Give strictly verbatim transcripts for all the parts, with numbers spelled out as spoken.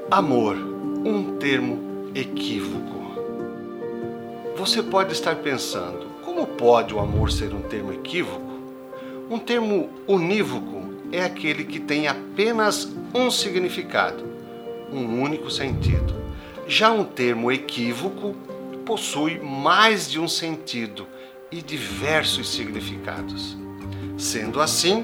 Amor, um termo equívoco. Você pode estar pensando, como pode o amor ser um termo equívoco? Um termo unívoco é aquele que tem apenas um significado, um único sentido. Já um termo equívoco possui mais de um sentido e diversos significados. Sendo assim,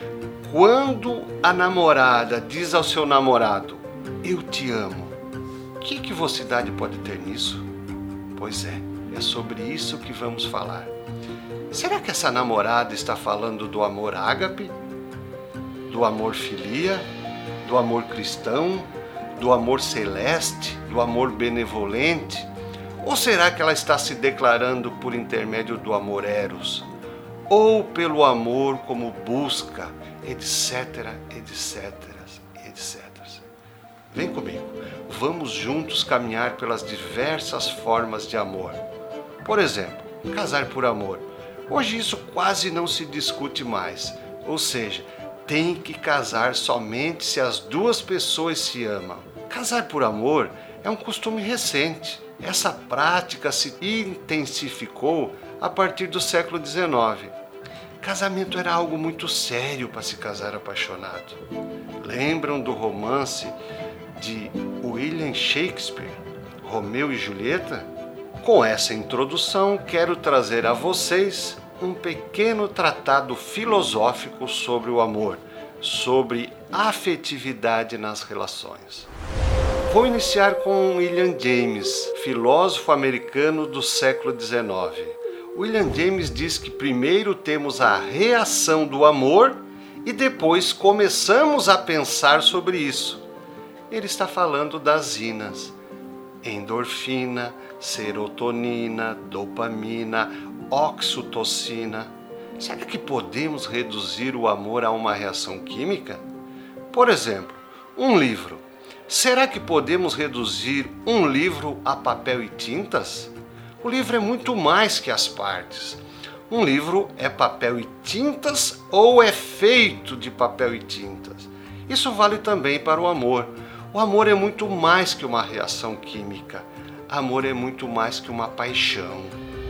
quando a namorada diz ao seu namorado, eu te amo, que equivocidade pode ter nisso? Pois é, é sobre isso que vamos falar. Será que essa namorada está falando do amor ágape, do amor filia, do amor cristão, do amor celeste, do amor benevolente? Ou será que ela está se declarando por intermédio do amor eros? Ou pelo amor como busca, etc, etc, etcétera. Vem comigo, vamos juntos caminhar pelas diversas formas de amor. Por exemplo, casar por amor. Hoje isso quase não se discute mais, ou seja, tem que casar somente se as duas pessoas se amam. Casar por amor é um costume recente. Essa prática se intensificou a partir do século dezenove. Casamento era algo muito sério para se casar apaixonado. Lembram do romance de William Shakespeare, Romeu e Julieta? Com essa introdução, quero trazer a vocês um pequeno tratado filosófico sobre o amor, sobre afetividade nas relações. Vou iniciar com William James, filósofo americano do século dezenove. William James diz que primeiro temos a reação do amor e depois começamos a pensar sobre isso. Ele está falando das inas, endorfina, serotonina, dopamina, oxitocina. Será que podemos reduzir o amor a uma reação química? Por exemplo, um livro. Será que podemos reduzir um livro a papel e tintas? O livro é muito mais que as partes. Um livro é papel e tintas ou é feito de papel e tintas? Isso vale também para o amor. O amor é muito mais que uma reação química. Amor é muito mais que uma paixão.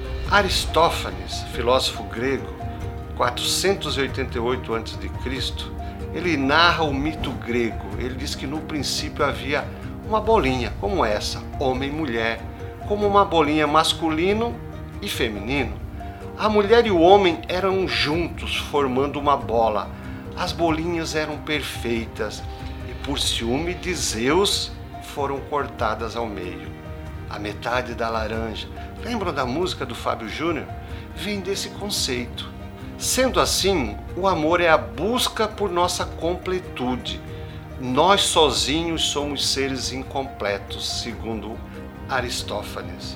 Aristófanes, filósofo grego, quatrocentos e oitenta e oito antes de Cristo, ele narra o mito grego. Ele diz que no princípio havia uma bolinha como essa, homem e mulher, como uma bolinha masculino e feminino. A mulher e o homem eram juntos, formando uma bola. As bolinhas eram perfeitas. Por ciúme de Zeus, foram cortadas ao meio. A metade da laranja, lembram da música do Fábio Júnior? Vem desse conceito. Sendo assim, o amor é a busca por nossa completude. Nós sozinhos somos seres incompletos, segundo Aristófanes.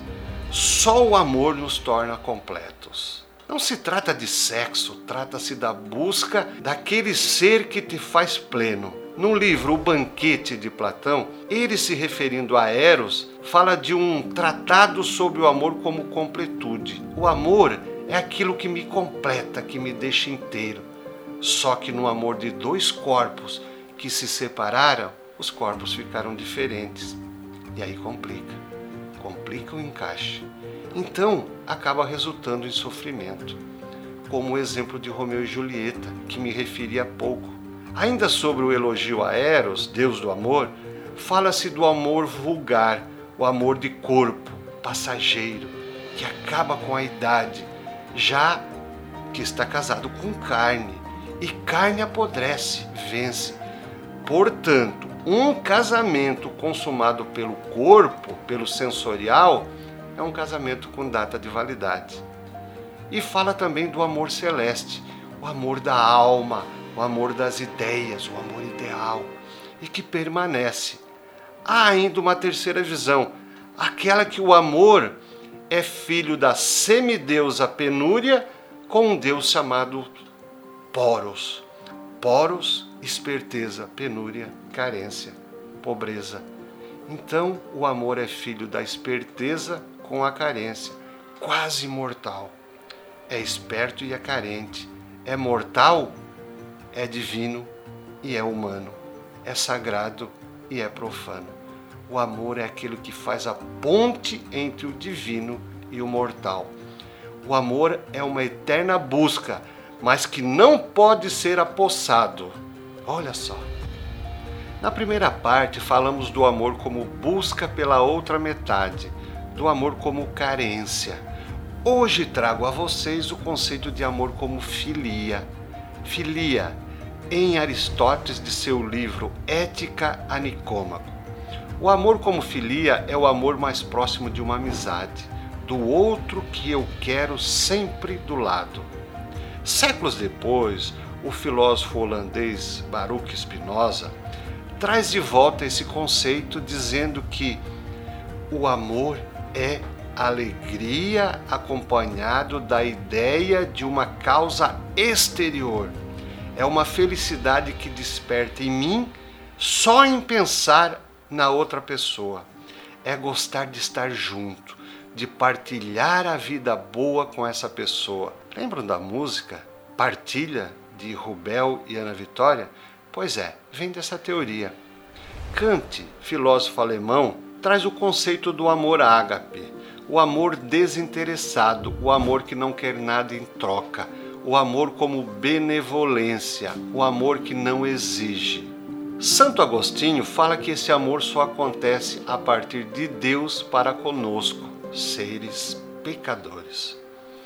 Só o amor nos torna completos. Não se trata de sexo, trata-se da busca daquele ser que te faz pleno. No livro O Banquete de Platão, ele se referindo a Eros, fala de um tratado sobre o amor como completude. O amor é aquilo que me completa, que me deixa inteiro. Só que no amor de dois corpos que se separaram, os corpos ficaram diferentes. E aí complica. Complica o encaixe. Então, acaba resultando em sofrimento. Como o exemplo de Romeu e Julieta, que me referi há pouco. Ainda sobre o elogio a Eros, Deus do amor, fala-se do amor vulgar, o amor de corpo, passageiro, que acaba com a idade, já que está casado com carne, e carne apodrece, vence. Portanto, um casamento consumado pelo corpo, pelo sensorial, é um casamento com data de validade. E fala também do amor celeste, o amor da alma, o amor das ideias, o amor ideal, e que permanece. Há ainda uma terceira visão, aquela que o amor é filho da semideusa Penúria com um deus chamado Poros. Poros, esperteza, penúria, carência, pobreza. Então, o amor é filho da esperteza com a carência, quase mortal. É esperto e é carente, é mortal, é divino e é humano, é sagrado e é profano. O amor é aquele que faz a ponte entre o divino e o mortal. O amor é uma eterna busca, mas que não pode ser apossado. Olha só. Na primeira parte, falamos do amor como busca pela outra metade, do amor como carência. Hoje trago a vocês o conceito de amor como filia. Filia, em Aristóteles, de seu livro Ética a Nicômaco. O amor como filia é o amor mais próximo de uma amizade, do outro que eu quero sempre do lado. Séculos depois, o filósofo holandês Baruch Spinoza traz de volta esse conceito, dizendo que o amor é alegria acompanhado da ideia de uma causa exterior. É uma felicidade que desperta em mim só em pensar na outra pessoa. É gostar de estar junto, de partilhar a vida boa com essa pessoa. Lembram da música Partilha, de Rubel e Ana Vitória? Pois é, vem dessa teoria. Kant, filósofo alemão, traz o conceito do amor ágape, o amor desinteressado, o amor que não quer nada em troca, o amor como benevolência, o amor que não exige. Santo Agostinho fala que esse amor só acontece a partir de Deus para conosco, seres pecadores.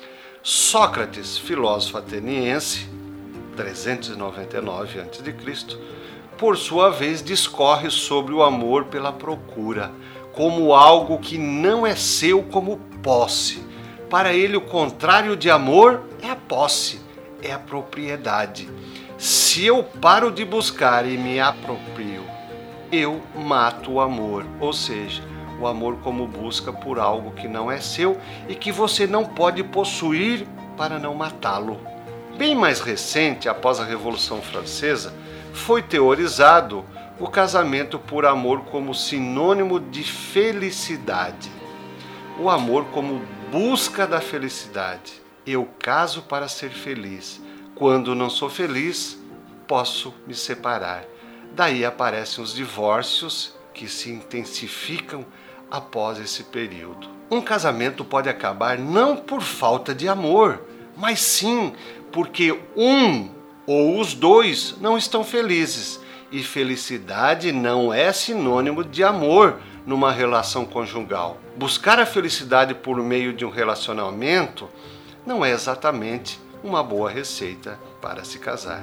Sócrates, filósofo ateniense, trezentos e noventa e nove antes de Cristo, por sua vez discorre sobre o amor pela procura, como algo que não é seu como posse. Para ele, o contrário de amor é a posse, é a propriedade. Se eu paro de buscar e me aproprio, eu mato o amor, ou seja, o amor como busca por algo que não é seu e que você não pode possuir para não matá-lo. Bem mais recente, após a Revolução Francesa, foi teorizado o casamento por amor como sinônimo de felicidade. O amor como busca da felicidade. Eu caso para ser feliz. Quando não sou feliz, posso me separar. Daí aparecem os divórcios que se intensificam após esse período. Um casamento pode acabar não por falta de amor, mas sim porque um ou os dois não estão felizes. E felicidade não é sinônimo de amor numa relação conjugal. Buscar a felicidade por meio de um relacionamento não é exatamente uma boa receita para se casar.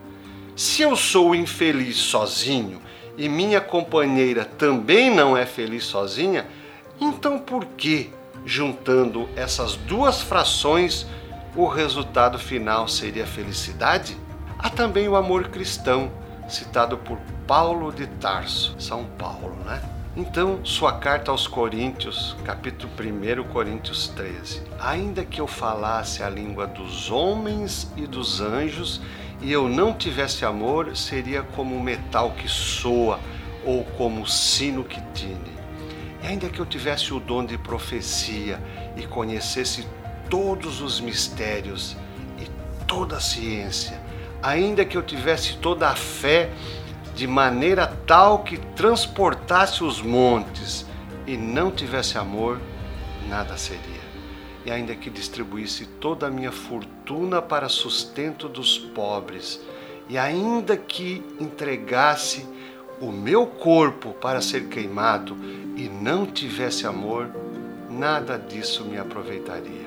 Se eu sou infeliz sozinho e minha companheira também não é feliz sozinha, então por que, juntando essas duas frações, o resultado final seria felicidade? Há também o amor cristão, citado por Paulo de Tarso, São Paulo, né? Então, sua carta aos Coríntios, capítulo primeiro, Coríntios treze. Ainda que eu falasse a língua dos homens e dos anjos, e eu não tivesse amor, seria como um metal que soa, ou como um sino que tine. E ainda que eu tivesse o dom de profecia e conhecesse todos os mistérios e toda a ciência, ainda que eu tivesse toda a fé de maneira tal que transportasse os montes e não tivesse amor, nada seria. E ainda que distribuísse toda a minha fortuna para sustento dos pobres, e ainda que entregasse o meu corpo para ser queimado e não tivesse amor, nada disso me aproveitaria.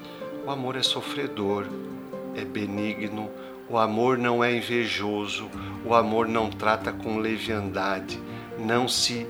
O amor é sofredor, é benigno, o amor não é invejoso, o amor não trata com leviandade, não se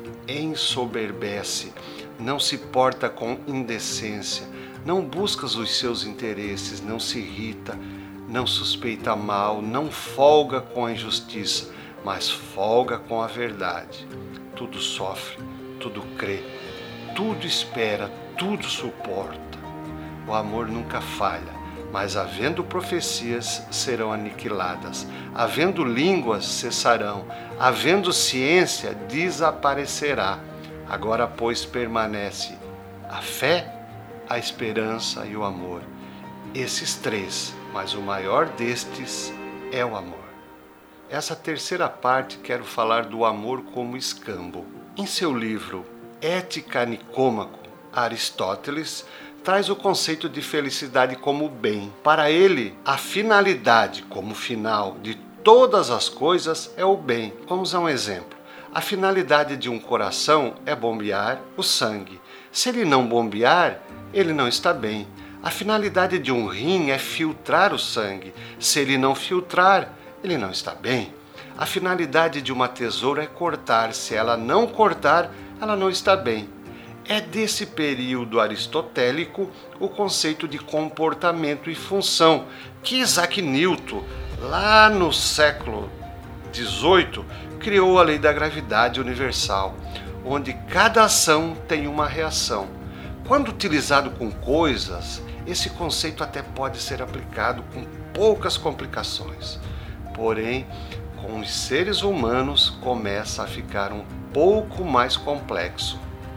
ensoberbece, não se porta com indecência, não busca os seus interesses, não se irrita, não suspeita mal, não folga com a injustiça, mas folga com a verdade. Tudo sofre, tudo crê, tudo espera, tudo suporta. O amor nunca falha. Mas havendo profecias, serão aniquiladas. Havendo línguas, cessarão. Havendo ciência, desaparecerá. Agora, pois, permanece a fé, a esperança e o amor. Esses três, mas o maior destes é o amor. Essa terceira parte quero falar do amor como escambo. Em seu livro Ética Nicômaco, Aristóteles traz o conceito de felicidade como bem. Para ele, a finalidade como final de todas as coisas é o bem. Vamos a um exemplo. A finalidade de um coração é bombear o sangue. Se ele não bombear, ele não está bem. A finalidade de um rim é filtrar o sangue. Se ele não filtrar, ele não está bem. A finalidade de uma tesoura é cortar. Se ela não cortar, ela não está bem. É desse período aristotélico o conceito de comportamento e função que Isaac Newton, lá no século dezoito, criou a lei da gravidade universal, onde cada ação tem uma reação. Quando utilizado com coisas, esse conceito até pode ser aplicado com poucas complicações. Porém, com os seres humanos começa a ficar um pouco mais complexo.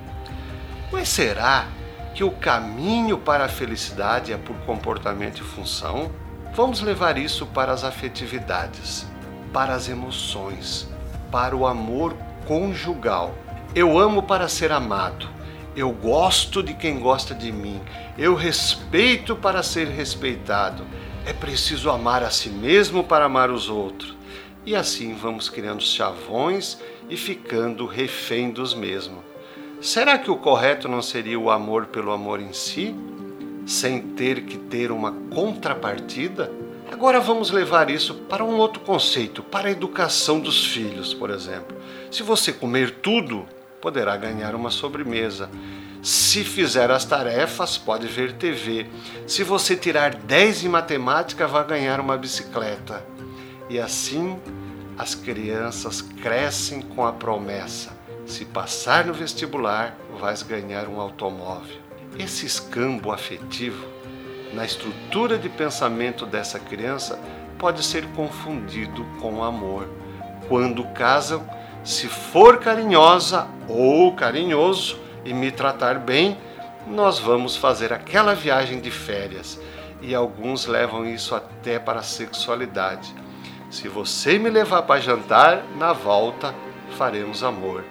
Mas será que o caminho para a felicidade é por comportamento e função? Vamos levar isso para as afetividades, para as emoções, para o amor conjugal. Eu amo para ser amado. Eu gosto de quem gosta de mim. Eu respeito para ser respeitado. É preciso amar a si mesmo para amar os outros. E assim vamos criando chavões e ficando refém dos mesmos. Será que o correto não seria o amor pelo amor em si, sem ter que ter uma contrapartida? Agora vamos levar isso para um outro conceito, para a educação dos filhos, por exemplo. Se você comer tudo, poderá ganhar uma sobremesa. Se fizer as tarefas, pode ver T V. Se você tirar dez em matemática, vai ganhar uma bicicleta. E assim, as crianças crescem com a promessa: se passar no vestibular, vais ganhar um automóvel. Esse escambo afetivo, na estrutura de pensamento dessa criança, pode ser confundido com amor. Quando casam, se for carinhosa ou carinhoso e me tratar bem, nós vamos fazer aquela viagem de férias. E alguns levam isso até para a sexualidade. Se você me levar para jantar, na volta faremos amor.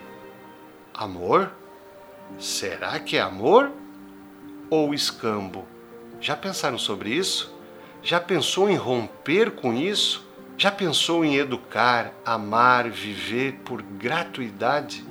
Amor? Será que é amor ou escambo? Já pensaram sobre isso? Já pensou em romper com isso? Já pensou em educar, amar, viver por gratuidade?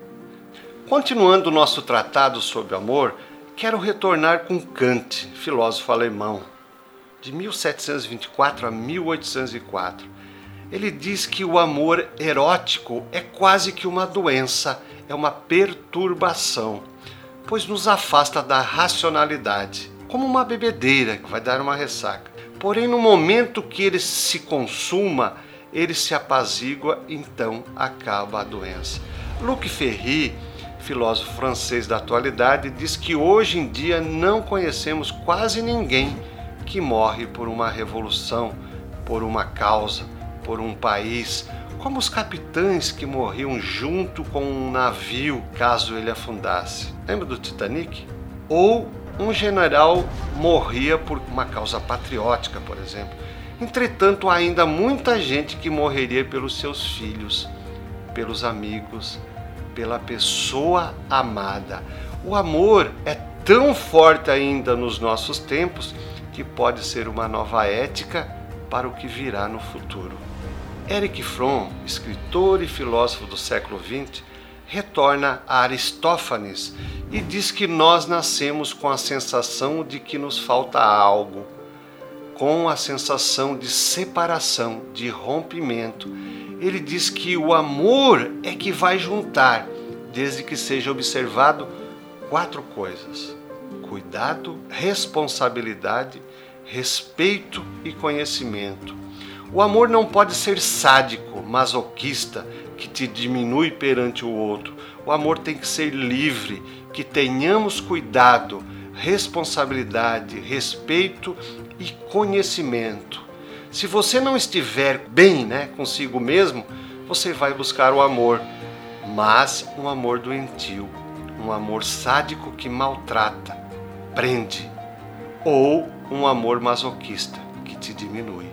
Continuando o nosso tratado sobre amor, quero retornar com Kant, filósofo alemão, de mil setecentos e vinte e quatro a mil oitocentos e quatro. Ele diz que o amor erótico é quase que uma doença, é uma perturbação, pois nos afasta da racionalidade, como uma bebedeira que vai dar uma ressaca. Porém, no momento que ele se consuma, ele se apazigua, então acaba a doença. Luc Ferry, filósofo francês da atualidade, diz que hoje em dia não conhecemos quase ninguém que morre por uma revolução, por uma causa, por um país, como os capitães que morriam junto com um navio caso ele afundasse. Lembra do Titanic? Ou um general morria por uma causa patriótica, por exemplo. Entretanto, há ainda muita gente que morreria pelos seus filhos, pelos amigos, pela pessoa amada. O amor é tão forte ainda nos nossos tempos que pode ser uma nova ética para o que virá no futuro. Erich Fromm, escritor e filósofo do século vinte, retorna a Aristófanes e diz que nós nascemos com a sensação de que nos falta algo, com a sensação de separação, de rompimento. Ele diz que o amor é que vai juntar, desde que seja observado quatro coisas: cuidado, responsabilidade, respeito e conhecimento. O amor não pode ser sádico, masoquista, que te diminui perante o outro. O amor tem que ser livre, que tenhamos cuidado, responsabilidade, respeito e conhecimento. Se você não estiver bem, né, consigo mesmo, você vai buscar o amor, mas um amor doentio, um amor sádico que maltrata, prende, ou um amor masoquista que te diminui.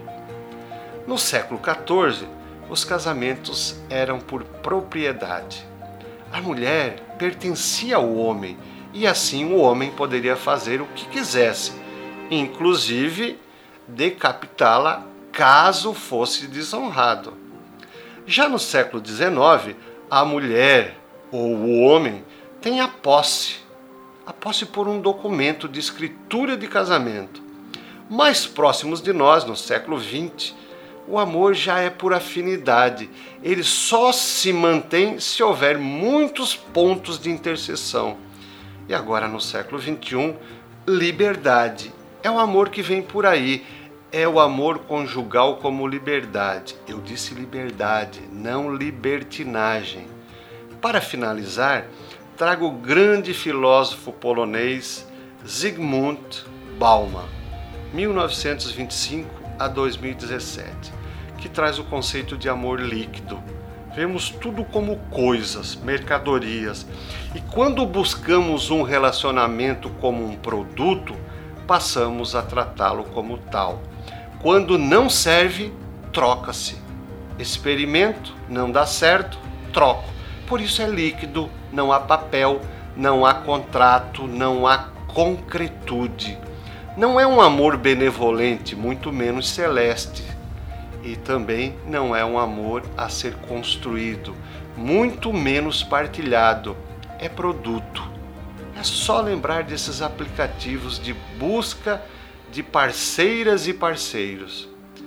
No século quatorze, os casamentos eram por propriedade. A mulher pertencia ao homem e assim o homem poderia fazer o que quisesse, inclusive decapitá-la caso fosse desonrado. Já no século dezenove, a mulher ou o homem tem a posse, a posse por um documento de escritura de casamento. Mais próximos de nós, no século vinte, o amor já é por afinidade. Ele só se mantém se houver muitos pontos de interseção. E agora, no século vinte e um, liberdade. É o amor que vem por aí. É o amor conjugal como liberdade. Eu disse liberdade, não libertinagem. Para finalizar, trago o grande filósofo polonês Zygmunt Bauman, mil novecentos e vinte e cinco a dois mil e dezessete, que traz o conceito de amor líquido. Vemos tudo como coisas, mercadorias, e quando buscamos um relacionamento como um produto, passamos a tratá-lo como tal. Quando não serve, troca-se. Experimento, não dá certo, troco. Por isso é líquido, não há papel, não há contrato, não há concretude. Não é um amor benevolente, muito menos celeste. E também não é um amor a ser construído, muito menos partilhado. É produto. É só lembrar desses aplicativos de busca de parceiras e parceiros.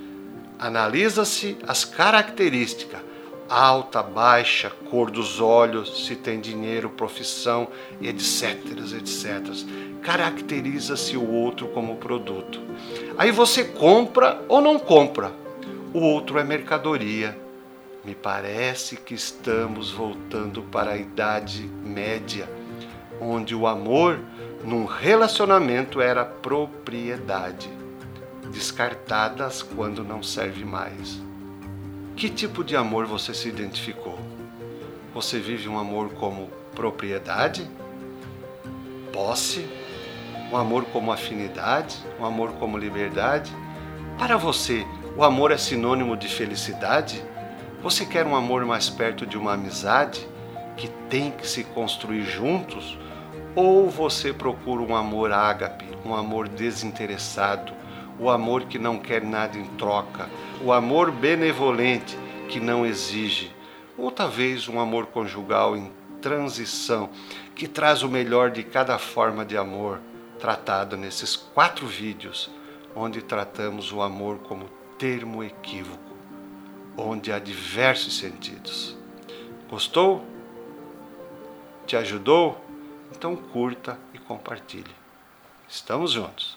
Analisa-se as características, alta, baixa, cor dos olhos, se tem dinheiro, profissão, etc, etcétera. Caracteriza-se o outro como produto. Aí você compra ou não compra. O outro é mercadoria. Me parece que estamos voltando para a Idade Média, onde o amor num relacionamento era propriedade, descartadas quando não serve mais. Que tipo de amor você se identificou? Você vive um amor como propriedade? Posse? Um amor como afinidade? Um amor como liberdade? Para você, o amor é sinônimo de felicidade? Você quer um amor mais perto de uma amizade que tem que se construir juntos? Ou você procura um amor ágape, um amor desinteressado, o amor que não quer nada em troca, o amor benevolente que não exige, ou talvez um amor conjugal em transição, que traz o melhor de cada forma de amor, tratado nesses quatro vídeos, onde tratamos o amor como termo equívoco, onde há diversos sentidos. Gostou? Te ajudou? Então curta e compartilhe. Estamos juntos.